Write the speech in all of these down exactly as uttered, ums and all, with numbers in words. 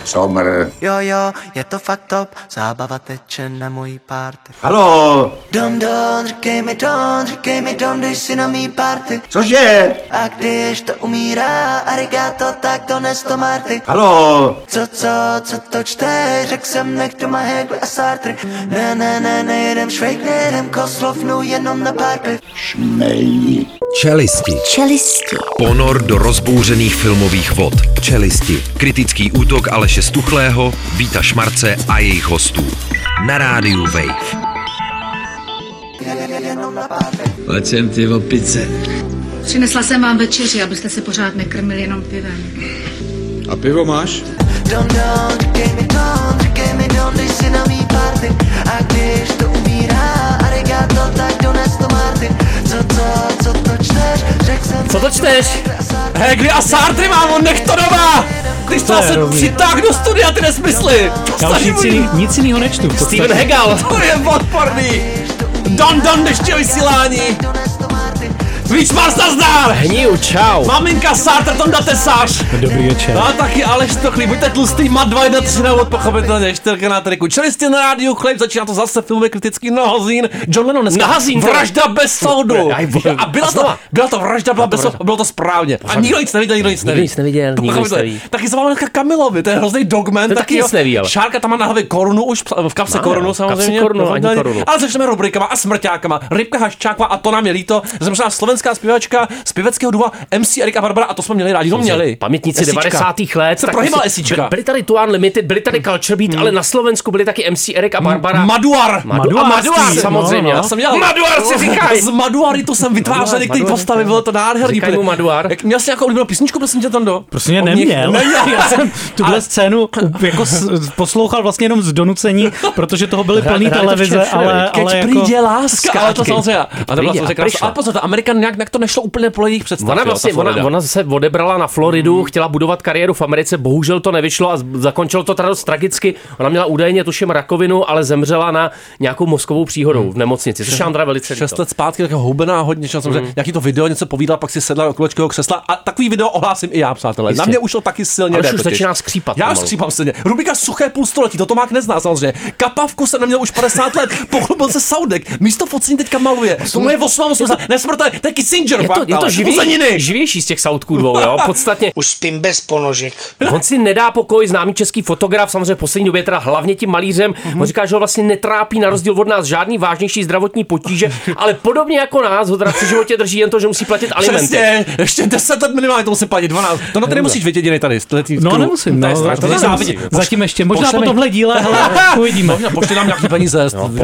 Somr. Jo, jo, je to fakt top, zábava teče na mojí party. Haló? Don, don, říkej mi don, říkej mi don, když jsi na mý party. Cože? A když to umírá, arigato, tak dones to Marty. Haló? Co, co, co to čteš, řek jsem nech doma Hegel a Sartre. Ne, ne, ne, nejedem Švejk, nejedem Koslovnu, jenom na party. Šmej. Čelisti. Čelisti. Ponor do rozbouřených filmových vod. Čelisti. Kritický útok Aleše Stuchlého, Víta Šmarce a jejich hostů. Na rádiu Wave. Pojď sem, ty opice. Přinesla jsem vám večeři, abyste se pořád nekrmili jenom pivem. A pivo máš? Don, don, říkej mi don, říkej mi don, když jsi na mý party. A když to umírá, arigato, tak dones to Marty. Co, co, co to čteš, řek jsem... Co to čteš? Hegli a Sartre, mámo, nech to doma! Když to se přitáh do studia, ty nesmysly! Já už nic, jiný, nic jinýho nečtu. Steven Hegal, to je odporný! Don Don deště vysílání! Víš, Mars, nazdár! Hniu, čau! Maminka Sartre, Tonda Tesář! Dobrý večer. No a taky Aleš Stuchlý, buďte tlustý, mat dva jedna tři od pochopitelně, čtyřka na triku. Čelisti na rádiu Chleb, začíná to zase filmový kritický magazín. John Lennon dneska. Magazín, vražda bez soudu. A byla to, byla to vražda, byla bez soudu, bylo to správně. A nikdo nic neviděl, nikdo nic neví. Nikdo nic neviděl, nikdo nic neví. Taky zavolal dneska Kamilovi, to je hrozný dogman. Taky nic neví, ale. Šárka tam má na hlavě korunu, už v kapse korunu samozřejmě. Ale začneme rubrikama a smrťákama. Rybka Haščáková, a to nám je líto, zemřela slovenská zpěvačka z pěveckého duo M C Erik a Barbara, a to jsme měli rádi, to měli. Pamětníci devadesátých let. Se prohýbala esíčka. Byli tady Tuan Limited, byli tady Culture Beat, hmm. ale na Slovensku byli taky M C Erik a Barbara. Maduar. Madu, a Maduar, samozřejmě. No, no. Jsem dělal, Maduar si říkaj. Z Maduaritu jsem vytvářel některý postavy, bylo to nádherný. Říkaj mu Maduar. Jak, měl jsi nějakou oblíbenou písničku, prosím tě, Tondo? Prostě mě neměl. Já jsem tuhle scénu jako poslouchal vlastně jenom z donucení, protože toho byly plný televize, ale ale jako přijde láska, ale to samozřejmě. A to bylo a pozor, to Amerikan nějak to nešlo úplně podle jejich představ. Ona vlastně, ona, ona se odebrala na Floridu, hmm. chtěla budovat kariéru v Americe, bohužel to nevyšlo a zakončilo to teda dost tragicky. Ona měla údajně tuším rakovinu, ale zemřela na nějakou mozkovou příhodou hmm. v nemocnici, což Andra velice líto. Šest let zpátky, taková hubená hodně, samozřejmě, hmm. nějaký to video, něco povídala, pak si sedla do kolečkového křesla a takový video ohlásím i já, přátelé. Na mě už to taky silně ale jde. už začíná skřípat. Já už skřípám silně. Rubrika Suché půlstoletí, to Tomák nezná samozřejmě. Kapavku se neměl už padesát let, pochlubil se Soudek, místo focení teďka maluje. To je osmdesát osm, nesmrtelné, to je Kissinger. Je to, je to živý, živější z těch Soudků dvou, jo, podstatně. Už spím bez ponožek. On si nedá pokoj, známý český fotograf, samozřejmě v poslední době teda hlavně tím malířem. Mm-hmm. On říká, že ho vlastně netrápí na rozdíl od nás žádný vážnější zdravotní potíže, ale podobně jako nás ho teda při životě drží jen to, že musí platit alimenty. Přesně, ještě deset let minimálně to musí platit, dvanáct. To no ty nemusíš vědět jedinej tady. No nemusím, no, to je závidí. Zatím ještě, možná po tohle díle, hele, uvidíme. Pošli nám nějaký peníze.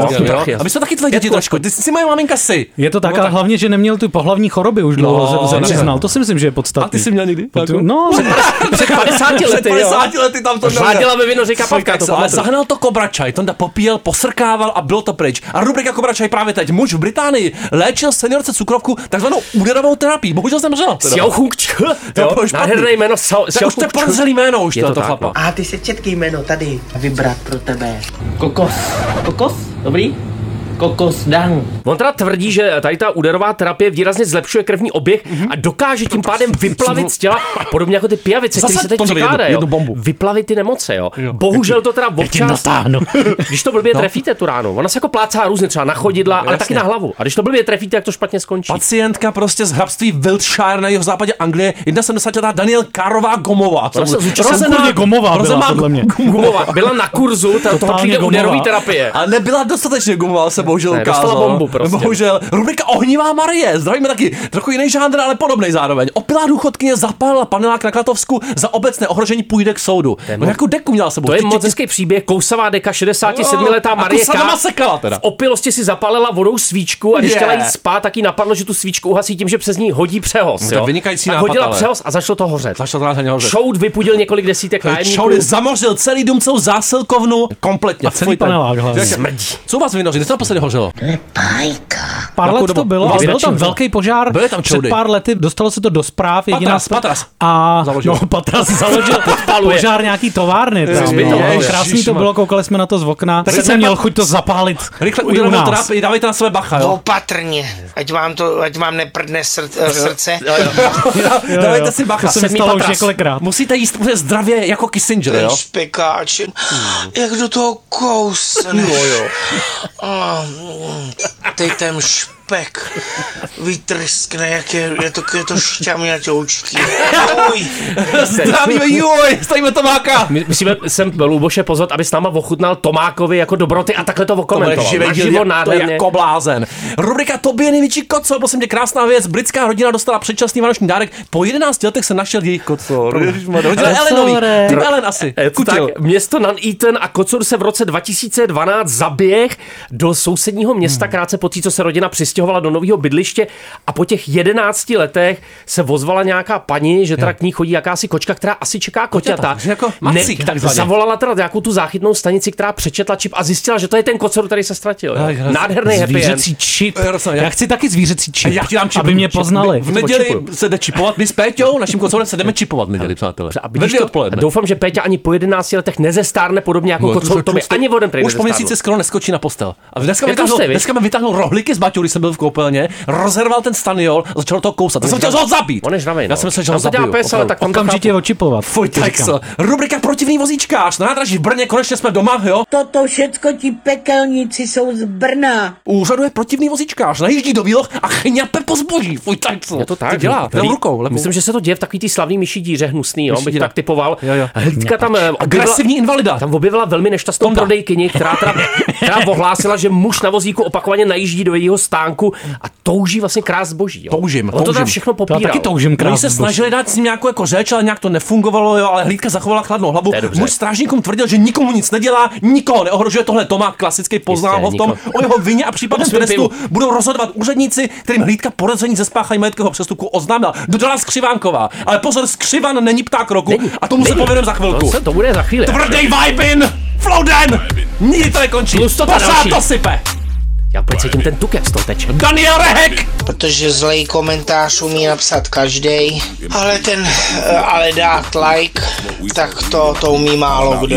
Aby se taky tvoje děti trošku. Ty si moje maminka si. Je to tak, ale hlavně, že neměl ty pohlavní choroby už dlouho, se přiznal. To si myslím, že je podstatný. A ty jsi měl někdy? No, před padesáti lety, jo. padesáti lety tam to řádila ve vino, říká Pavka. Ale zahnal to Kobračaj, Tonda popíjel, posrkával a bylo to pryč. A rubrika Kobračaj právě teď. Muž v Británii léčil seniorce cukrovku takzvanou úderovou terapii. Bohužel zemřel. Xiaohung-č. Nádherné jméno Xiaohung-č. To už to je podezřelý jméno už to chlapa. A ty si četký jméno tady vybrat pro tebe. Kokos. Kokos? Dobrý? Kokos dang. On teda tvrdí, že tady ta úderová terapie výrazně zlepšuje krevní oběh mm-hmm. a dokáže tím pádem vyplavit z těla, podobně jako ty pijavice, které se teď přikládají. Vyplavit ty nemoce, jo. jo. Bohužel to teda občas, když to blbě no. trefíte tu ránu, ona se jako plácá různě třeba na chodidla, ale taky na hlavu. A když to blbě trefíte, jak to špatně skončí. Pacientka prostě z hrabství Wiltshire na jihozápadě Anglie, sedmdesátletá Daniel Karová Gomová. Rozená Gomová byla, podle mě. Gomová. Byla na kurzu, toho přijde úderový terapie. A nebyla dostatečně Gomová, se bohužel ukázalo. Bombu prostě. Bohužel. Rubrika Ohnivá Marie. Zdravíme taky trochu jiný žánr, ale podobnej zároveň. Opilá důchodkyně zapálila panelák na Klatovsku, za obecné ohrožení půjde k soudu. No, jakou deku měla sebou. To je moc hezký příběh. Kousavá deka, šedesátisedmiletá Marie K. V opilosti si zapálila vodou svíčku a když chtěla jít spát, tak jí napadlo, že tu svíčku uhasí tím, že přes ní hodí přehoz. To je vynikající nápad. Hodila přehoz a začalo to hořet. Začalo to hořet. Šoud vypudil několik desítek nájemníků. Šoud zamořil celý dům, celou zásilkovnu kompletně. A celý panelák hlavně. Smrdí. Co u vás vynoří? Co naposledy hořelo? Bajka. pár let to bylo, byl tam velký požár. Byly tam před pár lety, dostalo se to do zpráv. Patras, Patras. A no, Patras založil požár nějaký továrny. Tam, no. Krásný to bylo, koukali jsme na to z okna. Tak jsem měl chuť to zapálit. Rychle udělejte terapii, dávejte na sebe bacha, jo? Opatrně, ať vám to, ať vám neprdne srdce. Dávejte si bacha. To se mi stalo už několikrát. Musíte jíst zdravě jako Kissinger, jo? Špekáč, jak do toho kousne. No jo. Teď ten špek vytryskne, jak je, je to, je to šťamňatoučký. Zdravíme, joj, stavíme Tomáka. My, musíme sem Luboše pozvat, aby s náma ochutnal Tomákovi jako dobroty a takhle to okomentoval. To je život nádherně. Jako blázen. Rubrika Tobě největší kocor, prosím tě, krásná věc. Britská rodina dostala předčasný vánoční dárek. Po jedenácti letech se našel jejich kocor. Rodina Elenový. Tím Ellen asi. Tak, město Nuneaton a kocor se v roce dva tisíce dvanáct zaběh do sousedního města krátce po té, co se rodina přistěhovala do nového bydliště, a po těch jedenácti letech se ozvala nějaká paní, že teda k ní chodí jakási kočka, která asi čeká koťata. Jako macík, ne, zavolala teda nějakou tu záchytnou stanici, která přečetla čip a zjistila, že to je ten kocor, který se ztratil. Nádherný happy end. Zvířecí čip. Já chci taky zvířecí čip, já ti dám čip, aby mě poznali. V neděli se jde čipovat, my s Péťou, naším kocorem se jdeme čipovat v neděli, přátelé. A doufám, že Péťa ani po jedenácti letech nezestárne podobně jako kocor Toby, ani vodem prej. Už po měsíci skoro neskočí na postel. A dneska mi vytáhnul, dneska mi vytáhnul rohlíky z Baťou, když jsem byl v koupelně, rozerval ten staniol a začal toho kousat. Já jsem chtěl ho zabít. On je žravej, no. Já jsem myslel, že ho zabiju. Okamžitě očipovat. Fuj, tak se. Rubrika Protivný vozíčkář. Na nádraží v Brně konečně jsme doma, jo? Toto všecko ti pekelníci jsou z Brna. Úřaduje protivný vozíčkář, najíždí do výloh a chňape po zboží. Fuj, tak co? Je to tak. To dělá. Hlí... rukou, levou. Myslím, že se to děje v takový tý slavný myší díře hnusný, jo, bych tak typoval. Jo, jo. Hlídka tam objevila, agresivní invalida. Tam objevila velmi nešťastnou Tonda. prodejkyni, která teda, která ohlásila, že muž na vozíku opakovaně najíždí do jejího stánku a touží vlastně krást zboží. Jo. Toužím, On to tam všechno popíral. To taky toužím krást. Oni se snažili dát s ním nějakou jako řeč, ale nějak to nefungovalo, jo, ale hlídka zachovala chladnou hlavu. Muž strážníkům tvrdil, že nikomu nic nedělá, nikoho neohrožuje. Tohle Tomák klasický, poznal ho v tom. O jeho vině a případném trestu budou rozhodovat úředníci, kterým hlídka podezření ze spáchání majetkového přestupku oznámila. Dodala Skřivánková. Ale pozor, Skřivan není pták roku není, a tomu není. se povedeme za chvilku. To, se, to bude za chvíli. Tvrdý vibin! Flowden! Nikdy to nekončí. Pořád to sype. Já pojď cítím ten tuk, jak z toho teče. Daniel Rehek! Protože zlej komentář umí napsat každej, ale ten, ale dát like, tak to, to umí málo kdo.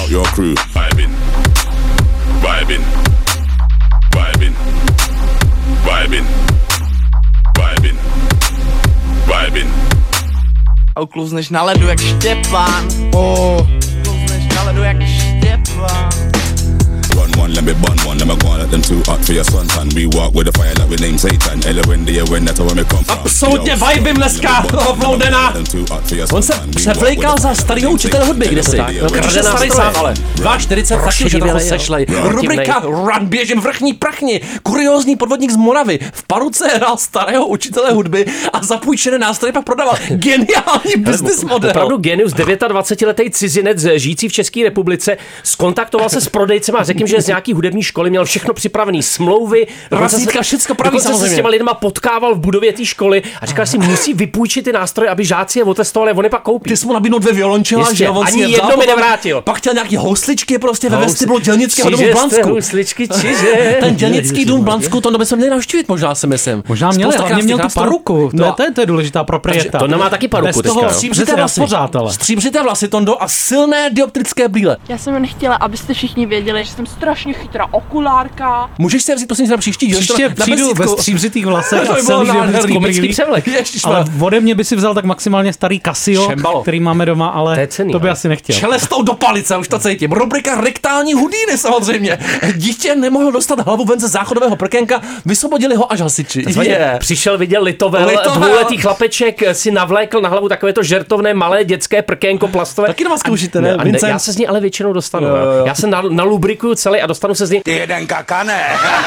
A ukluzneš na ledu jak Štěpán. Oh. Ukluzneš na ledu jak Štěpán. Run one, let me bun one, let me go and let them too hot for your son, son. We walk with the fire that we name Satan. Ella when the when that's where me come from. Absolutně vibim dneska toho Flowdena. On se převlejkal za starýho učitele hudby, kde si. Krže starý sám, ale čtyřicet dva taky už je trochu sešlej. Rubrika Run, běžím vrchní prchni. Kuriózní podvodník z Moravy. V Paruce hrál starého učitele hudby a zapůjčené nástroje pak prodával. Geniální business model. Opravdu genius, dvacetiletý cizinec žijící v České republice, skontaktoval se s prodejcem a řekl jim, že z nějaký hudební školy měl všechno připravený, smlouvy, razítka, všechno praví, samozřejmě. Se s těma lidma potkával v budově té školy a říkal si, musí vypůjčit ty nástroje, aby žáci je otestovali a on je pak koupí. Ty jsi mu nabídnul dvě violončela, že on ani jedno mi nevrátil. Pak chtěl nějaký housličky prostě ve vestibulu dělnického domu v Blansku. Housličky, čiže. Ten dělnický dům v Blansku, to by se měli navštívit, možná si myslím. Možná měl, hlavně měl tu paruku. No, to, je, to je důležitá proprieta. To nemá taky paruku. Bez toho stříbřité vlasy. Stříbřité vlasy, Tondo, a silné dioptrické brýle. Já jsem nechtěla, abyste všichni věděli, že jsem strašně chytrá okulárka. Můžeš si vzít prosím na příští díl? Příště přijdu ve stříbřitých vlasech a celý dioptrický převlek. Ale ode mě by si vzal tak maximálně starý Casio, Šembalo. který máme doma, ale to, cený, to by ale. asi nechtěl. Čelestou do palice, už to cítím. Rubrika rektální hudíny samozřejmě. Dítě nemohlo dostat hlavu ven ze záchodového prkénka, vysvobodili ho až hasiči. Yeah. Přišel, viděl Litovel, Litovel. dvouletý chlapeček si navlékl na hlavu takovéto žertovné malé dětské prkénko plastové. Taky na vás zkoušíte, ne? ne já se z ní ale většinou dostanu. Jo, jo. Já se nalubrikuju celý a dostanu se z ní. Ty jeden kakane.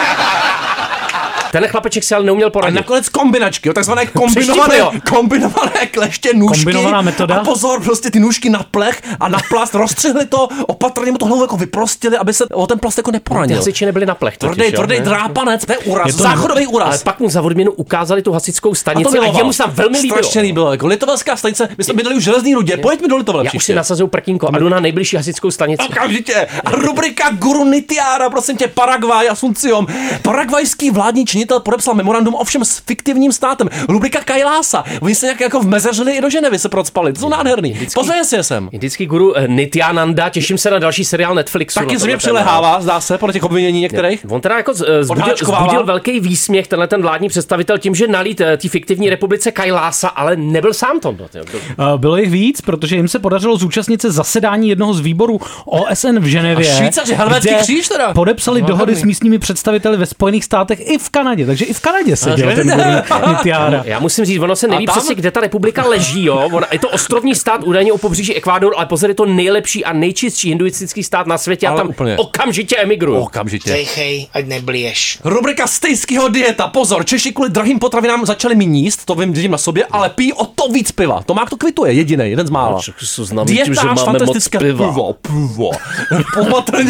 Ten chlapeček si ale neuměl poradit. A nakonec kombinačky, jo, takzvané kombinované, kombinované kleště, nůžky. Kombinovaná metoda. A pozor, prostě ty nůžky na plech a na plast, rozstřihli to, opatrně mu to hlavu jako vyprostili, aby se o ten plast jako neporanil. Ty hasiči nebyli na plech. Tvrdý, tvrdý drápanec, to je úraz, je to záchodový úraz. Ale pak mu za odměnu ukázali tu hasičskou stanici a, a jemu se tam velmi líbilo. Strašně líbilo, jako litovelská stanice, my jsme bydleli už v Železný Rudě, pojďme do Litovele. Já už si nasazuju prkínko a jdu na nejbližší hasičskou stanici. Okamžitě. A rubrika Guru Nitiara, prosím tě, Paraguay, Asuncion. Paraguajský vládní činitel ředitel podepsal memorandum ovšem s fiktivním státem. Rubrika Kajlása. Oni se nějak jako vmezeřili i do Ženevy, se procpali. To jsou nádherný. Pozvěděl si je sem. Indický guru Nityananda, těším se na další seriál Netflixu. Taky zřejmě přilehává, zdá se, podle těch obvinění některých. On teda jako zbudil, zbudil velký výsměch, tenhle ten vládní představitel, tím, že nalít té fiktivní republice Kajlása, ale nebyl sám to. Bylo jich víc, protože jim se podařilo zúčastnit se zasedání jednoho z výborů O S N v Ženevě. A Švýcaři, helvétský kříž teda. Podepsali no, dohody s místními představiteli ve Spojených státech i v Kanadě, takže i v Kanadě seděl ten guru Nityána. Já musím říct, ono se neví přesně, kde ta republika leží, jo. Ona, je to ostrovní stát údajně u pobřeží Ekvádoru, ale pozor, je to nejlepší a nejčistší hinduistický stát na světě a tam úplně okamžitě emigrují. Okamžitě. Dejchej, ať neblíješ. Rubrika stejského dieta. Pozor, Češi kvůli drahým potravinám začali mi jíst, to vím, vidím na sobě, ale pijí o to víc piva. Tomák to kvituje, jediný, jeden z mála. Dietář, fantastické pivo. Pivo. Pomatrně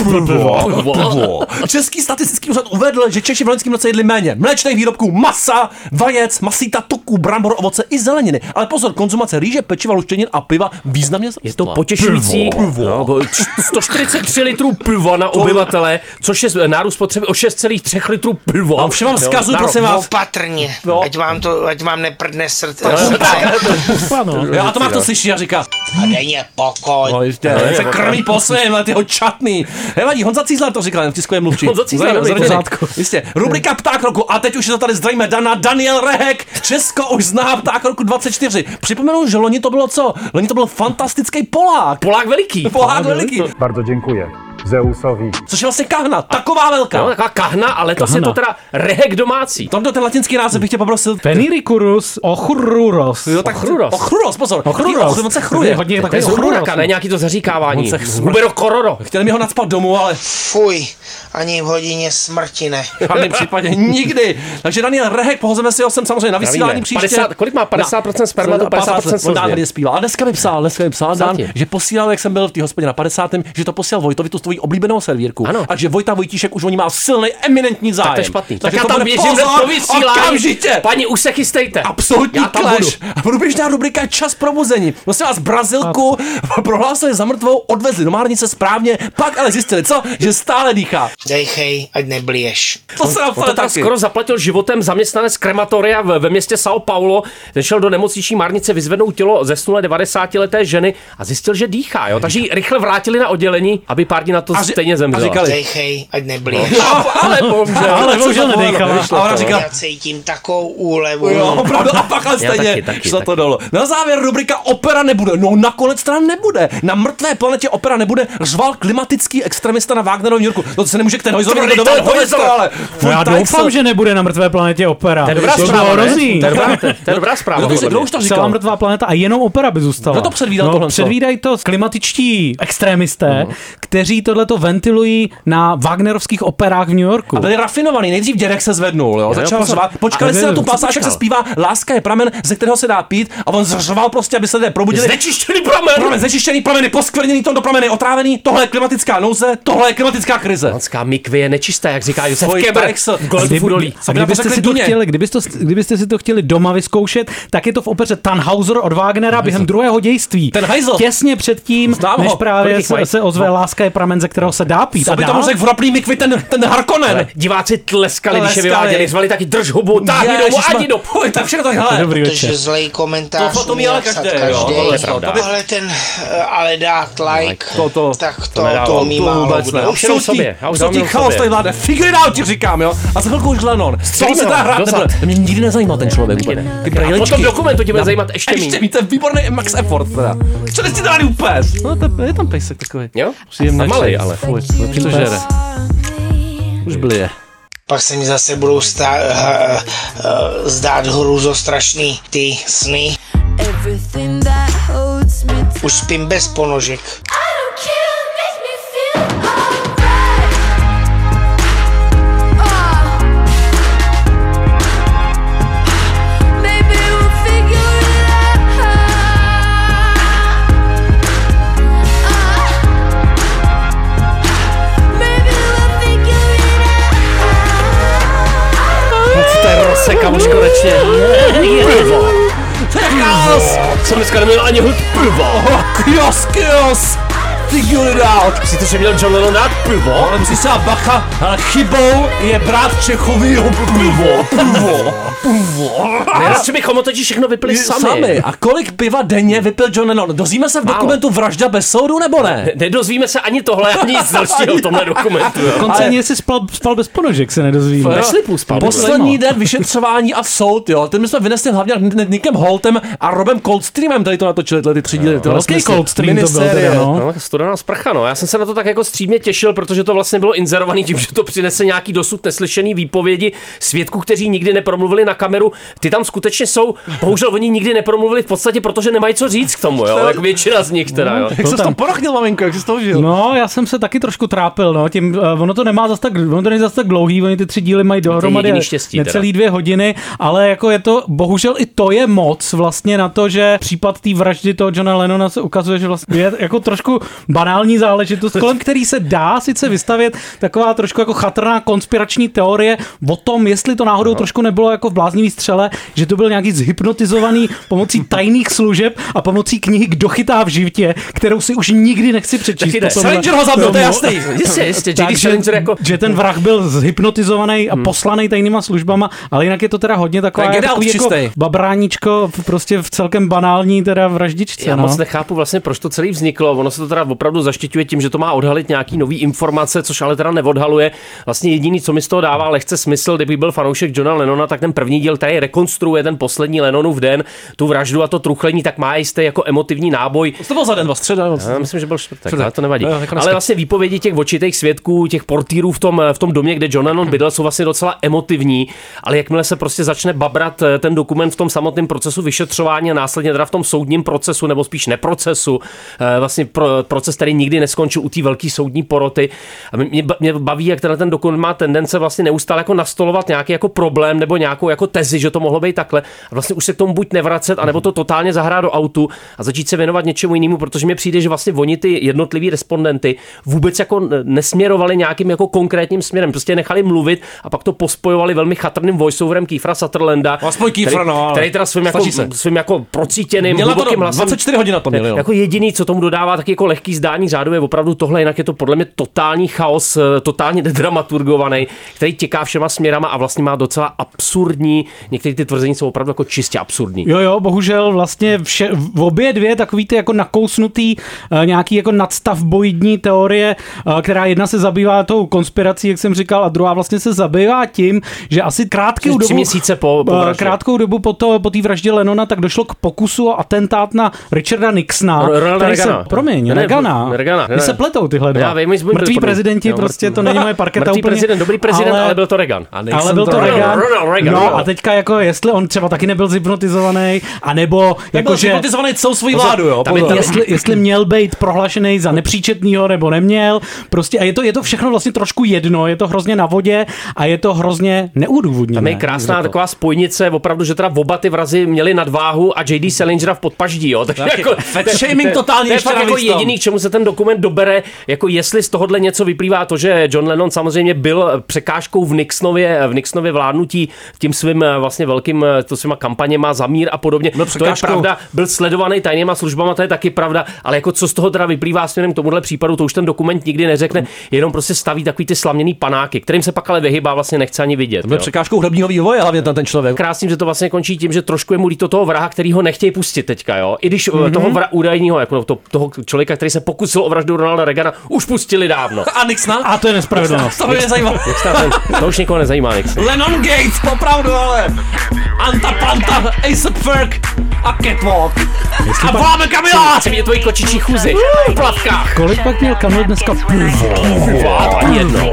pivo. Český statistický úřad uvedl, že Češi v loňském roce jedli méně mléčných výrobků, masa, vajec, masíta, tuků, brambor, ovoce i zeleniny. Ale pozor, konzumace rýže, pečiva, luštěnin a piva významně zrostla. Je to potěšující. No, sto čtyřicet tři litrů piva na obyvatele, což je nárůst potřeby o šest celá tři litrů piva. A všem vám vzkazu, prosím vás. Opatrně, no. ať vám to, ať vám neprdne srdce. A to má to slyší a říká. A denně pokoj. No, jistě, se krmí po svém, ale tyho čatný. Nevadí, Honza Cízlar to říkal, v tiskovém mluvčí. Honza Cízlar, jistě. Rubrika Pták roku. A teď už je to tady zdravíme Dana, Daniel Rehek. Česko už zná Pták roku dvacet čtyři. Připomenu, že loni to bylo co? Loni to byl fantastický Polák. Polák veliký. Polák veliký. Bardzo děkuji. Zeusovi. Což je vlastně kahna, taková velká. No, taková kahna, ale to je to teda Rehek domácí. Tomto ten latinský název bych tě poprosil. Feniricurus ochruros. Jo, tak ochruros. Ochruros, pozor. Ochruros. On se chruje. Hodně takový ochruraka, ne nějaký to zaříkávání. Hubero kororo. Chtěli mi ho nacpat domů, ale fuj, ani v hodině smrti ne. V žádném případě nikdy. Takže Daniel Rehek, pohozeme si ho sem samozřejmě na vysílání příště. padesát, kolik má? padesát procent spermatu, padesát procent slzy. On dávno zpíval. A dneska mi psal, dneska mi psal Dan, že posílal, jak jsem byl v té hospodě na padesátém, že to posílal Vojtovi tu tvoji oblíbenou servírku. Ano. A že Vojta Vojtíšek už o ní má silný eminentní zájem. Tak to je špatný. Takže tak já tam běžím do vysílání. Okamžitě. Paní, už se chystejte. Absolutní clash. A průběžná rubrika Čas probuzení. Vlastně vás Brazilku prohlásili za mrtvou, odvezli do márnice správně, pak ale zjistili, co? Že stále dýchá. Dejchej, ať neblíješ. To se nám to skoro zaplatil životem zaměstnanec krematoria ve městě São Paulo. Ten šel do nemocniční márnice vyzvednout tělo zesnulé devadesátileté ženy a zjistil, že dýchá. Jo? Takže ji rychle vrátili na oddělení, aby pár dní na to stejně zemřela. Říkali, dejchej, ať neblíž. No, ale bohužel, ale bohužel nedejchala. A ona říkala, já cítím takovou úlevu. Jo, opravdu, a pak ale stejně taky, taky, šlo taky. To dolů. Na závěr rubrika Opera nebude. No nakonec teda nebude. Na mrtvé planetě Opera nebude, řval klimatický extremista na Wagnerově New Yorku. To se nemůže k té hojzorovi dovolit, ale. No já doufám, že nebude na mrtvé planetě Opera. To je dobrá zpráva, to je dobrá zpráva. Kdo už to říkal? Celá mrtvá planeta a jenom Opera by zůstala. Kdo to předvídal tohle? Předvídají to klimatičtí extrémisté, kteří tohleto ventilují na Wagnerovských operách v New Yorku. A byli rafinovaný. Nejdřív dědek se zvednul, jo. Začal řvát. Počkali si na tu pasáž, jak se zpívá Láska je pramen, ze kterého se dá pít, a on zřval prostě, aby se lidé probudili. Znečištěný pramen. Pramen, znečištěný prameny, poskvrněný tom do prameny, otrávený. Tohle je klimatická nouze, tohle je klimatická krize. Lanská mikvě je nečistá, jak říká Josef Keber. A kdybyste si to chtěli, kdybyste, kdybyste si to chtěli doma vyzkoušet, tak je to v opeře Tannhauser od Wagnera během druhého dějství. Ten hajzl. Těsně předtím, než právě se, se ozve Láska je pramen, ze kterého se dá pít. Co by tomu řekl v rapný mikvi ten, ten Harkonnen? Ale diváci tleskali, když je vyváděli, zvali taky drž hubu, táhni domů, ani do půj, tak všechno takhle. Dobrý večer. Protože zlej komentář to, to měl každý, jo, každý. To ale ten, ale dát like, to, to, tak to, to, to umí málo kdo. Já už jenom sobě, já už jenom sobě. Chaos tady vládne, figure it out ti říkám, jo. A za chvilku už Lennon. Co se teda hrát nebude. Mě nikdy nezajímal ten člověk úplně. A potom dokumentu tě bude zajímat ještě míň. Ještě víte, výborný Max Effort teda. Co jsi dali úplně? No to je tam pejsek takový. Jo? Příjemný. Malej, ale. Fuj, co žere. Už blije. Pak se mi zase budou stá, uh, uh, zdát hrůzostrašný ty sny. Už spím bez ponožek. Sekám už konečně. Pivo. To je chaos. Jsem dneska neměl ani hud piva. Kios, kios. ty Jury dál. Myslíte, že měl John Lennon dát pivo? Ale musíš se dát bacha, ale chybou je brát Čechovýho pivo. Pivo. Pivo. Nejradši bychom totiž všechno vypili sami. Sami. A kolik piva denně vypil John Lennon? Dozvíme se v Málo. dokumentu Vražda bez soudu, nebo ne? Nedozvíme se ani tohle, ani nic dalšího v tomhle dokumentu. Dokonce ani jestli spal, spal bez ponožek, se nedozvíme. Bez slipů spal. Poslední den vyšetřování a soud, jo. Ten my jsme vynesli hlavně Nickem Holtem a Robem Coldstreamem, tady to natočili, ty tři díly. Velký Coldstream to byl teda, no. No, studená sprcha, no. Já jsem se na to tak jako střídmě těšil, protože to vlastně bylo inzerovaný tím, že to přinese nějaký dosud neslyšený výpovědi svědků, kteří nikdy nepromluvili na kameru. Ty tam skutečně jsou, bohužel oni nikdy nepromluvili v podstatě, protože nemají co říct k tomu, jo. Jak většina z nich teda, jo. Jak jsi to porochnil, maminko, jak jsi to užil? No, já jsem se taky trošku trápil, no. Tím, uh, ono to nemá zas tak, ono to není zas tak dlouhý, oni ty tři díly mají dohromady necelý dvě hodiny, ale jako je to, bohužel i to je moc vlastně na to, že případ té vraždy toho Johna Lennona se ukazuje, že vlastně je jako trošku banální záležitost, kolem který se dá sice vystavět taková trošku jako chatrná konspirační teorie o tom, jestli to náhodou no. trošku nebylo jako v bláznivý střele, že to byl nějaký zhypnotizovaný pomocí tajných služeb a pomocí knihy Kdo chytá v životě, kterou si už nikdy nechci přečíst. Salinger ho zabil, to je jasný. Jistě, jistě, J D Salinger jako... Že ten vrah byl zhypnotizovaný a poslaný tajnýma službama, ale jinak je to teda hodně taková tak takový jako babráníčko prostě v celkem banální teda vraždičce. Já no. moc nechápu vlastně, proč to celý vzniklo. Ono se to teda opravdu zaštiťuje tím, že to má odhalit nějaký nový informace, což ale teda neodhaluje. Vlastně jediný, co mi z toho dává lehce smysl, kdyby byl fanoušek Johna Lennona, tak ten první díl, který rekonstruuje ten poslední Lennonův den, tu vraždu a to truchlení, tak má jistý jako emotivní náboj. To byl za den, středa. Já myslím, že byl čtvrtek, ale to nevadí. Jo, ale vlastně výpovědi těch očitých svědků, těch portýrů v tom, v tom domě, kde John Lennon bydlel, jsou vlastně docela emotivní, ale jakmile se prostě začne babrat ten dokument v tom samotném procesu vyšetřování a následně teda v tom soudním procesu, nebo spíš neprocesu, vlastně pro, proces, který nikdy neskončil u té velké soudní poroty. A mě, mě baví, jak ten, ten dokument má tendence vlastně neustále jako nastolovat nějaký jako problém nebo nějakou jako tezi, že to mohlo být takhle. A vlastně už se k tomu buď nevracet, anebo to totálně zahrát do autu a začít se věnovat něčemu jinému, protože mi přijde, že vlastně oni ty jednotliví respondenty vůbec jako nesměrovali nějakým jako konkrétním směrem, prostě nechali mluvit a pak to pospojovali velmi chatrným voiceoverem Kiefera Sutherlanda, Kiefer, který, no, který teda svým jako, svým jako procítěným hlubokým hlasem dvacet čtyři hodin na to měli, jo. Jako jediný, co tomu dodává taky jako lehký zdání řádu, je opravdu tohle, jinak je to podle mě totální chaos, totálně dedramaturgovaný, který těká všema směrama a vlastně má docela absurdní, některé ty tvrzení jsou opravdu jako čistě absurdní. Jo, jo, bohužel vlastně vše, v obě dvě takový ty jako nakousnutý uh, nějaký jako nadstavboidní teorie, uh, která jedna se zabývá tou konspirací, jak jsem říkal, a druhá vlastně se zabývá tím, že asi krátkou dobu, tři měsíce po, po uh, krátkou dobu po to, po té vraždě Lennona, tak došlo k pokusu o atentát na Richarda Nixona. Ronalda se, promiň, ne, Reagana. Regana. Mně se pletou tyhle dva. Já vím, mrtví prezidenti, jo, prostě to není moje parketa mrtvý úplně. Prezident, dobrý prezident, ale, ale byl to Reagan. Ale byl to Reagan. No a teďka jako, jestli on třeba taky nebyl zhypnotizovaný, anebo jako, že... Zhypnotizovaný celou svou vládu, jo. Jestli, jestli měl být prohlašený za nepříčetnýho, nebo neměl. Prostě a je to, je to všechno vlastně trošku jedno, je to hrozně na vodě a je to hrozně neudůvodněné. Tam je krásná taková spojnice, opravdu, že teda oba ty vrazy měli nadváhu a J D Salingera v podpaždí, jo. Takže jako fat shaming totální. To je fakt jako jediný, k čemu se ten dokument dobere, jako jestli z tohohle něco vyplývá to, že John Lennon samozřejmě byl překážkou v Nixonově, v Nixonově vládnutí tím svým vlastně velkým, to svýma kampaněma za mír a podobně. To je pravda, byl sledovaný tajnýma službama, to je taky pravda, ale jako co z toho teda vyplývá směrem k tomuhle případu, to už ten dokument nikdy neřekne, jenom prostě staví takový ty slaměný panáky, kterým se pak ale vyhybá, vlastně nechce ani vidět. To byl překážkou hudebního vývoje, hlavně ten člověk. Krásný, že to vlastně končí tím, že trošku je mu líto toho vraha, který ho nechtějí pustit teďka, jo. I když mm-hmm. toho vra, údajního, jako to, toho člověka, který se pokusil o vraždu Ronalda Reagana, už pustili dávno. A Nixona? A to je nespravedlnost. To mě nezajímá. To už nikoho nezajímá, Nixon. Lennon Gates, opravdu, ale Anta Panta, A$ej ep Ferg a Catwalk. A voláme Kamila! Jsem je tvojí kočičí chůzy v plavkách. Kolik pak měl Kamil dneska pivo? Ani jedno.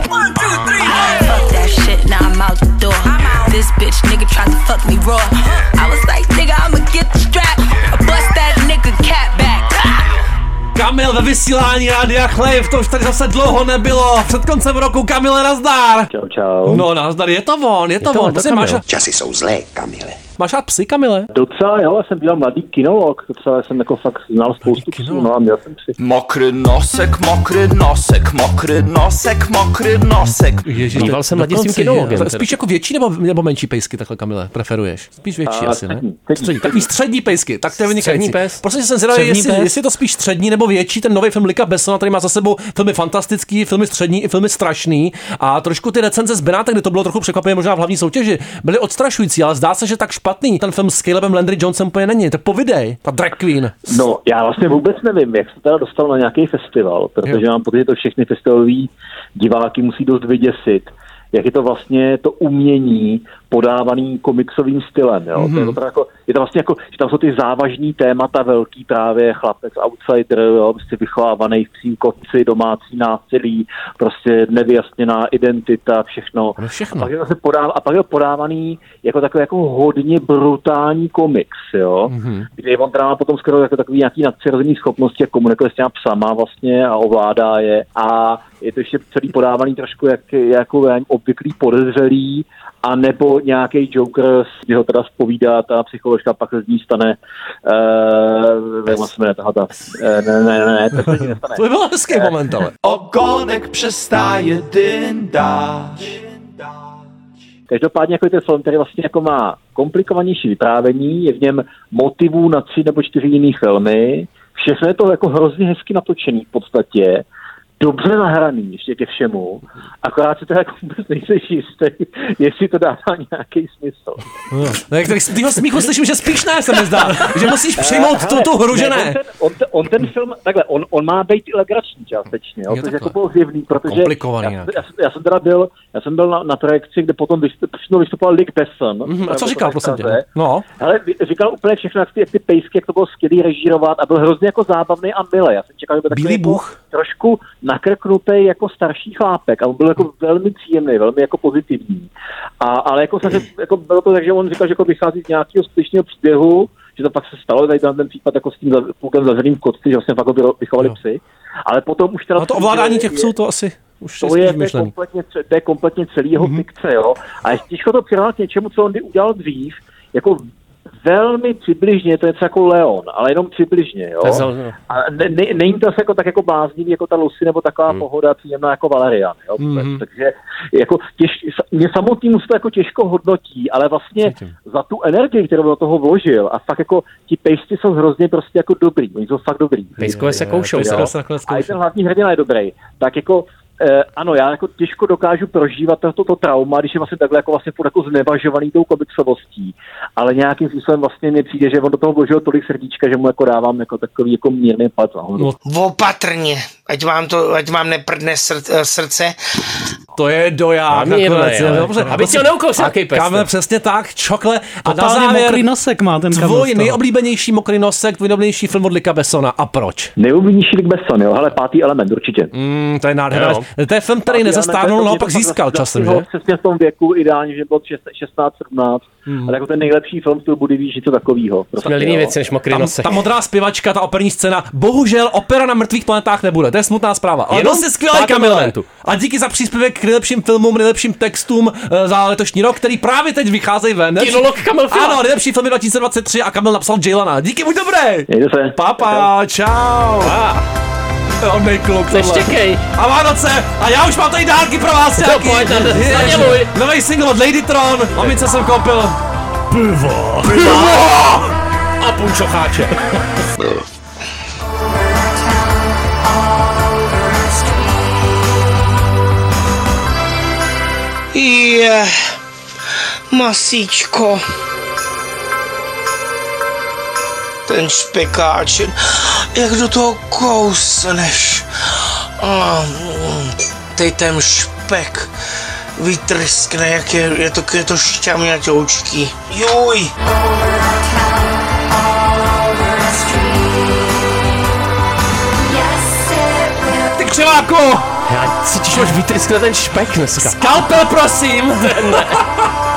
This bitch nigga tried to fuck me raw. I was like, nigga, I'ma get the strap. I bust that nigga cat back. Kamil ve vysílání Rádia Chlejv, to už tady zase dlouho nebylo. Před koncem roku, Kamile, nazdar. Čau, čau. No, nazdar, je to on, je to, je to on. Časy jsou zlé, Kamile. Máš rád psy, Kamile? Docela, jo, já jsem dělal mladý kinolog, docela jsem jako fakt znal spoustu psů, no a měl jsem psy. Mokrý nosek, mokrý nosek, mokrý nosek, mokrý nosek. Ježiš, býval jsem mladistým kinologem. Spíš jako větší nebo, nebo menší pejsky, takhle, Kamile, preferuješ? Spíš větší a, asi, střední, ne? Střední, střední. Takový střední pejsky, tak to je vynikající. pes. Prostě jsem zvědavý, jestli, jestli je to spíš střední nebo větší, ten nový film Luca Bessona, který má za sebou filmy fantastický, filmy střední i filmy strašný a trošku ty recenze z Benátek, kde to bylo trochu překvapivé možná v hlavní soutěži, byly odstrašující, ale zdá se, že tak špatný ten film s Calebem Landry Jonesem úplně není. To povidej, ta drag queen. No, já vlastně vůbec nevím, jak se teda dostal na nějaký festival, protože jo. mám pocit, že to všechny festivalový diváky musí dost vyděsit, jak je to vlastně to umění podávaný komiksovým stylem. Jo? Mm-hmm. To je, to jako, je to vlastně jako, že tam jsou ty závažný témata velký, právě chlapec, outsider, jo? Prostě vychovávaný v psím kotci, domácí násilí, prostě nevyjasněná identita, všechno. No všechno. A pak je to podáv, a pak je to podávaný jako takový jako hodně brutální komiks, jo? Mm-hmm. Kde on teda má potom skoro jako takový nějaký nadpřirozený schopnosti, jak komunikuje s těma psama vlastně a ovládá je. A je to ještě celý podávaný trošku jak, jako obvyklý podezřelý, a nebo nějaký Joker, kdy ho teda zpovídá ta psycholožka, pak se z ní stane uh, jak se jmenuje tahle ta, uh, ne, ne, ne, to se ní nestane. To by byl hezký moment, ale. Ogonek přestáje dyndáč. Každopádně jako je ten film, který vlastně jako má komplikovanější vyprávění, je v něm motivů na tři nebo čtyři jiný filmy, všechno je to jako hrozně hezky natočený v podstatě, dobře nahraný ještě ke všemu, akorát si to jako vůbec nejseš jistý, jestli to dává nějaký smysl. No, tak z tého smíchu slyším, že spíš ne, se mi zdá, že musíš přijmout tu, tu hru, že ne. On ten, on, on ten film, takhle, on, on má být i legrační částečně, jo, což jako bylo zjevný, protože já, já, já, jsem teda byl, já jsem byl na, na projekci, kde potom vystup, vystupoval Luc Besson. Mm-hmm, a co říkal, prosím tě? No. Ale říkal úplně všechno, jak ty, jak ty pejsky, jak to bylo skvělý režírovat a byl hrozně jako zábavný a milý. Já jsem čekal, že byl takový jako trošku nakrknutý jako starší chlápek a on byl jako velmi příjemný, velmi jako pozitivní. A, ale jako, se, jako bylo to tak, že on říkal, že jako vychází z nějakého skutečného příběhu, že to pak se stalo, tady ten případ jako s tím půlkem zavřeným v kotci, že vlastně fakt vychovali psy. Ale potom už teda... A to ovládání těch psů to asi už to je, to je, kompletně, to je kompletně celý jeho mm-hmm. fikce, jo. A je těžko to přirovnat k něčemu, co on udělal dřív, jako velmi přibližně, to je něco jako Leon, ale jenom přibližně, jo. A ne, ne, není to jako tak jako bláznivý, jako ta Lucy, nebo taková hmm. pohoda, příjemná jako Valerian, jo. Hmm. Takže jako těž, mě samotnému se to jako těžko hodnotí, ale vlastně Cítím. za tu energii, kterou do toho vložil, a fakt jako ti pejsci jsou hrozně prostě jako dobrý, oni jsou fakt dobrý. Pejskové se koušou. A i ten hlavní hrdina je dobrý, tak jako Eh, ano, já jako těžko dokážu prožívat toto to trauma, když je vlastně takhle jako vlastně jako znevažovaný tou komiksovostí, ale nějakým způsobem vlastně mi přijde, že on do toho vložil tolik srdíčka, že mu jako dávám jako takový jako mírný pad. No. Opatrně, ať vám to, ať vám neprdne sr- srdce. To je doják. Dobře, aby si ho neukousil, jaký pes. Káme, přesně tak, čokle. A na závěr mokrý nosek má ten tvůj nejoblíbenější mokrý nosek, tvůj nejoblíbenější film od Luca Bessona. A proč? Nejoblíbenější Luc Besson, jo, hele, Pátý element, určitě. Mm, to je nádherné. To je film, který nezastárnul, no pak získal časem, že? Přesně v tom věku, ideálně, že bylo šestnáct sedmnáct. Hmm. A jako ten nejlepší film styl Buddy víš, něco takového. Jsme jiný věci než mokrý nosek. Ta modrá zpěvačka, ta operní scéna, bohužel opera na mrtvých planetách nebude. To je smutná zpráva. Ale byl jsi skvělý, Kamile. A díky za příspěvek k nejlepším filmům, nejlepším textům za letošní rok, který právě teď vycházejí ven. Kinolog Kamil Fila. Ano, nejlepší filmy dva tisíce dvacet tři a Kamil napsal Jaylana. Díky, buď dobrý. Mějte se. Papa, čau. Pa. On nejkluk. Neštěkej. A Vánoce. A já už mám tady dárky pro vás nějaký. Nový single od Ladytron. Mamice jsem koupil. Pivo. Pivo. A půl čocháče. Je, masíčko. Ten špekáč, jak do toho kousneš. Teď ten špek vytryskne, jak je, je to, je to šťavňatoučký. Juj! Ty křiváku! Já cítíš, že máš vytryskne ten špek dneska. Skalpel, prosím!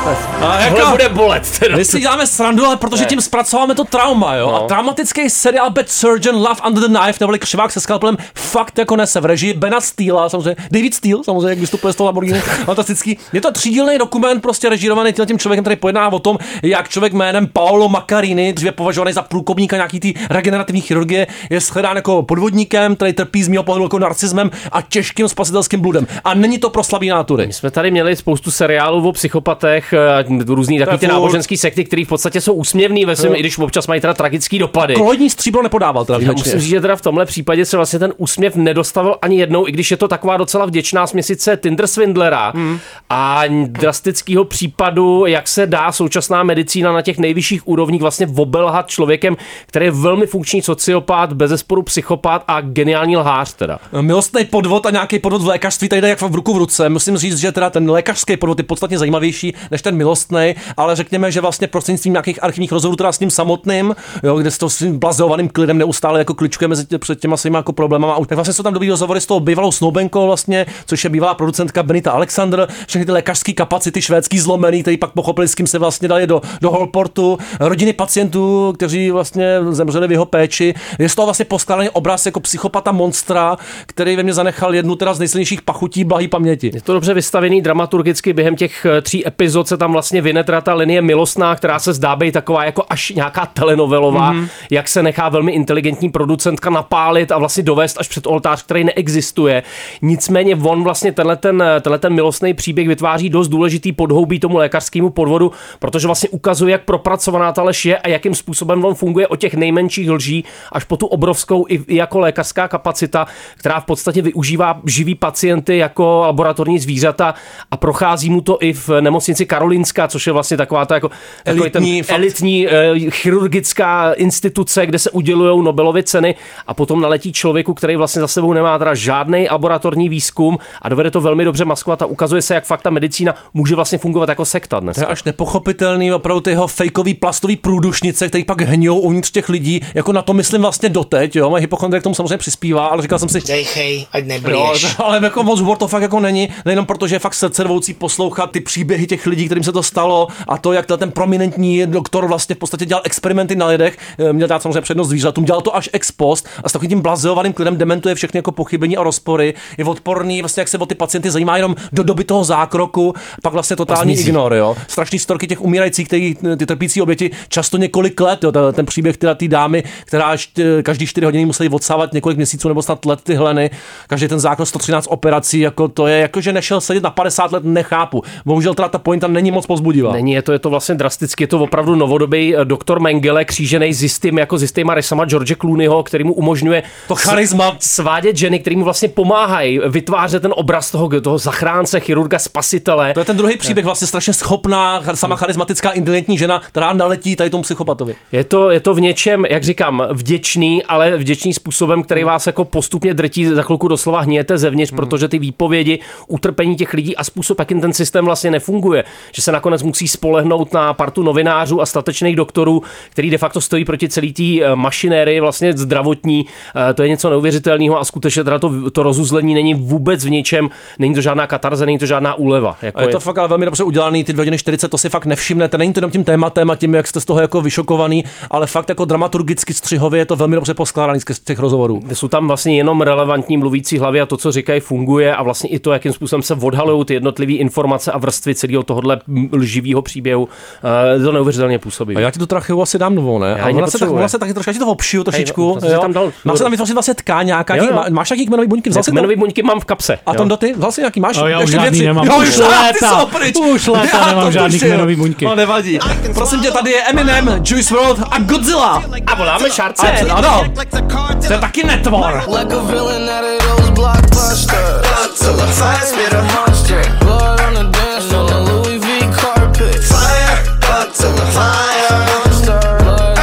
A jaká bude bolet teda. My si děláme srandu, ale protože ne. tím zpracováme to trauma, jo. No. A traumatický seriál Bad Surgeon Love Under the Knife, neboli Křivák se skalpelem, fakt jako nese v režii Bena Steela, samozřejmě, David Steele, samozřejmě, jak vystupuje z toho Lamborghini, fantastický. Je to třídílný dokument, prostě režírovaný tím člověkem, který pojedná o tom, jak člověk jménem Paolo Maccarini, dříve považovaný za průkopníka nějaký ty regenerativní chirurgie, je shledán jako podvodníkem, který trpí z mého pohledu jako narcismem a těžkým spasitelským bludem. A není to pro slabý nátury. My jsme tady měli spoustu seriálů o psychopatech, různý takový ty náboženský sekty, které v podstatě jsou úsměvný ve svém, i když občas mají teda tragický dopady. Kolodní stříbro nepodával teda. Já musím říct, že teda v tomhle případě se vlastně ten úsměv nedostavil ani jednou, i když je to taková docela vděčná směsice Tinder swindlera hmm. a drastického případu, jak se dá současná medicína na těch nejvyšších úrovních vlastně obelhat člověkem, který je velmi funkční sociopat, bezesporu psychopat a geniální lhář teda. Milostný podvod a nějaký podvod v lékařství tady jde jak v ruku v ruce. Musím říct, že teda ten lékařský podvod je podstatně zajímavější než ten milostný, ale řekněme, že vlastně prostřednictvím nějakých archivních rozhovorů teda s ním samotným, jo, kde s to svým blazovaným klidem neustále jako kličkuje mezi tě, před těma svýma jako problémama. Tak vlastně jsou tam dobrý rozhovory s tou bývalou snoubenkou vlastně, což je bývalá producentka Benita Alexander, všechny ty lékařské kapacity švédský zlomený, který pak pochopili, s kým se vlastně dali do, do Holportu, rodiny pacientů, kteří vlastně zemřeli v jeho péči. Je z toho vlastně poskládaný obraz jako psychopata monstra, který ve mně zanechal jednu teda z nejsilnějších pachutí blahý paměti. Je to dobře vystavený dramaturgicky, během těch tří epizod se tam vlastně vynetra ta linie milostná, která se zdá být taková jako až nějaká telenovelová, mm-hmm. jak se nechá velmi inteligentní producentka napálit a vlastně dovést až před oltář, který neexistuje. Nicméně on vlastně tenhle ten, tenhle ten milostný příběh vytváří dost důležitý podhoubí tomu lékařskému podvodu, protože vlastně ukazuje, jak propracovaná ta lež je a jakým způsobem on funguje od těch nejmenších lží až po tu obrovskou i, i jako lékařská kapacita, která v podstatě využívá živý pacienty jako laboratorní zvířata a prochází mu to i v nemocnici Karolinská, což je vlastně taková ta jako elitní, ten elitní eh, chirurgická instituce, kde se udělují Nobelovy ceny a potom naletí člověku, který vlastně za sebou nemá teda žádný laboratorní výzkum a dovede to velmi dobře maskovat a ukazuje se, jak fakt ta medicína může vlastně fungovat jako sekta dnes. To je až nepochopitelný opravdu ty jeho fejkový plastový průdušnice, který pak hňou uvnitř těch lidí, jako na to myslím vlastně doteď, jo, moje hypochondrie k tomu samozřejmě přispívá, ale říkal jsem si, dejchej, ať neblíješ. Ale jako moc humor to fakt jako není, nejenom protože je fakt srdcervoucí poslouchat ty příběhy těch lidí, kterým se to stalo a to, jak ten prominentní doktor vlastně v podstatě dělal experimenty na lidech, měl dát samozřejmě přednost zvířatům, dělal to až ex post a s takovým tím blazeovaným klidem dementuje všechny jako pochybení a rozpory, je odporný, vlastně jak se o ty pacienty zajímá jenom do doby toho zákroku, pak vlastně totální ignor, jo. Strašný storky těch umírajících, který ty trpící oběti často několik let, jo, ten příběh teda té dámy, která každý čtyři hodiny museli odsávat několik měsíců nebo snad let ty hleny, každý ten zákrok sto třináct operací, jako to je, jako že nešel sedět na padesát let, nechápu. Bohužel teda ta pointa není moc povzbudivá. Není, je to, je to vlastně drasticky, je to opravdu novodobý doktor Mengele, křížený s jistým, jako s jistýma rysama George Clooneyho, který mu umožňuje to charisma svádět ženy, který mu vlastně pomáhají vytvářet ten obraz toho, toho zachránce, chirurga, spasitele. To je ten druhý příběh, vlastně strašně schopná, sama charismatická, inteligentní žena, která naletí tady tomu psychopatovi. Je to, je to v něčem, jak říkám, vděčný, ale vděčný způsobem, který vás jako postupně drtí, za chvilku doslova hněte zevnitř, hmm. protože ty výpovědi, utrpení těch lidí a způsob, jakým ten systém vlastně nefunguje, že se nakonec musí spolehnout na partu novinářů a statečných doktorů, který de facto stojí proti celý té mašinérii vlastně zdravotní. To je něco neuvěřitelného a skutečně teda to, to rozuzlení není vůbec v ničem, není to žádná katarze, není to žádná úleva. Jako a je to je... fakt ale velmi dobře udělaný, ty dvě hodiny čtyřicet, to si fakt nevšimnete, není to jenom tím tématem a tím, jak jste z toho jako vyšokovaný, ale fakt jako dramaturgicky střihově je to velmi dobře poskládaný z těch rozhovorů. Jsou tam vlastně jenom relevantní mluvící hlavy a to, co říkají, funguje a vlastně i to, jakým způsobem se odhalují ty jednotlivé informace a vrstvy celého tohohle lživého příběhu, uh, to neuvěřitelně působí. A já ti to trachy asi dám novou, ne? A ona se, tak, ona se taky trošku, já ti to obšiju trošičku. Hej, tam dal, máš tam vytvořit vlastně tkáň nějaká, jo, jo. Máš nějaký kmenový buňky? Vzal kmenový buňky mám v kapse. A Tom doty? Vzal si nějaký, máš? Já už žádný nemám. Už léta, už léta nemám žádný kmenový buňky. No nevadí. Prosím tě, tady je Eminem, Juice world a Godzilla. A voláme Šárce. Ano. To je taky netvor.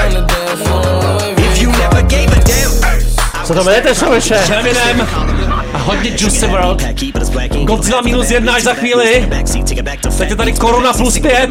Co to jmenujete, člověče? Eminem. A hodně Juicy world. Godzilla minus jedna až za chvíli. Teď je tady Koruna plus pět.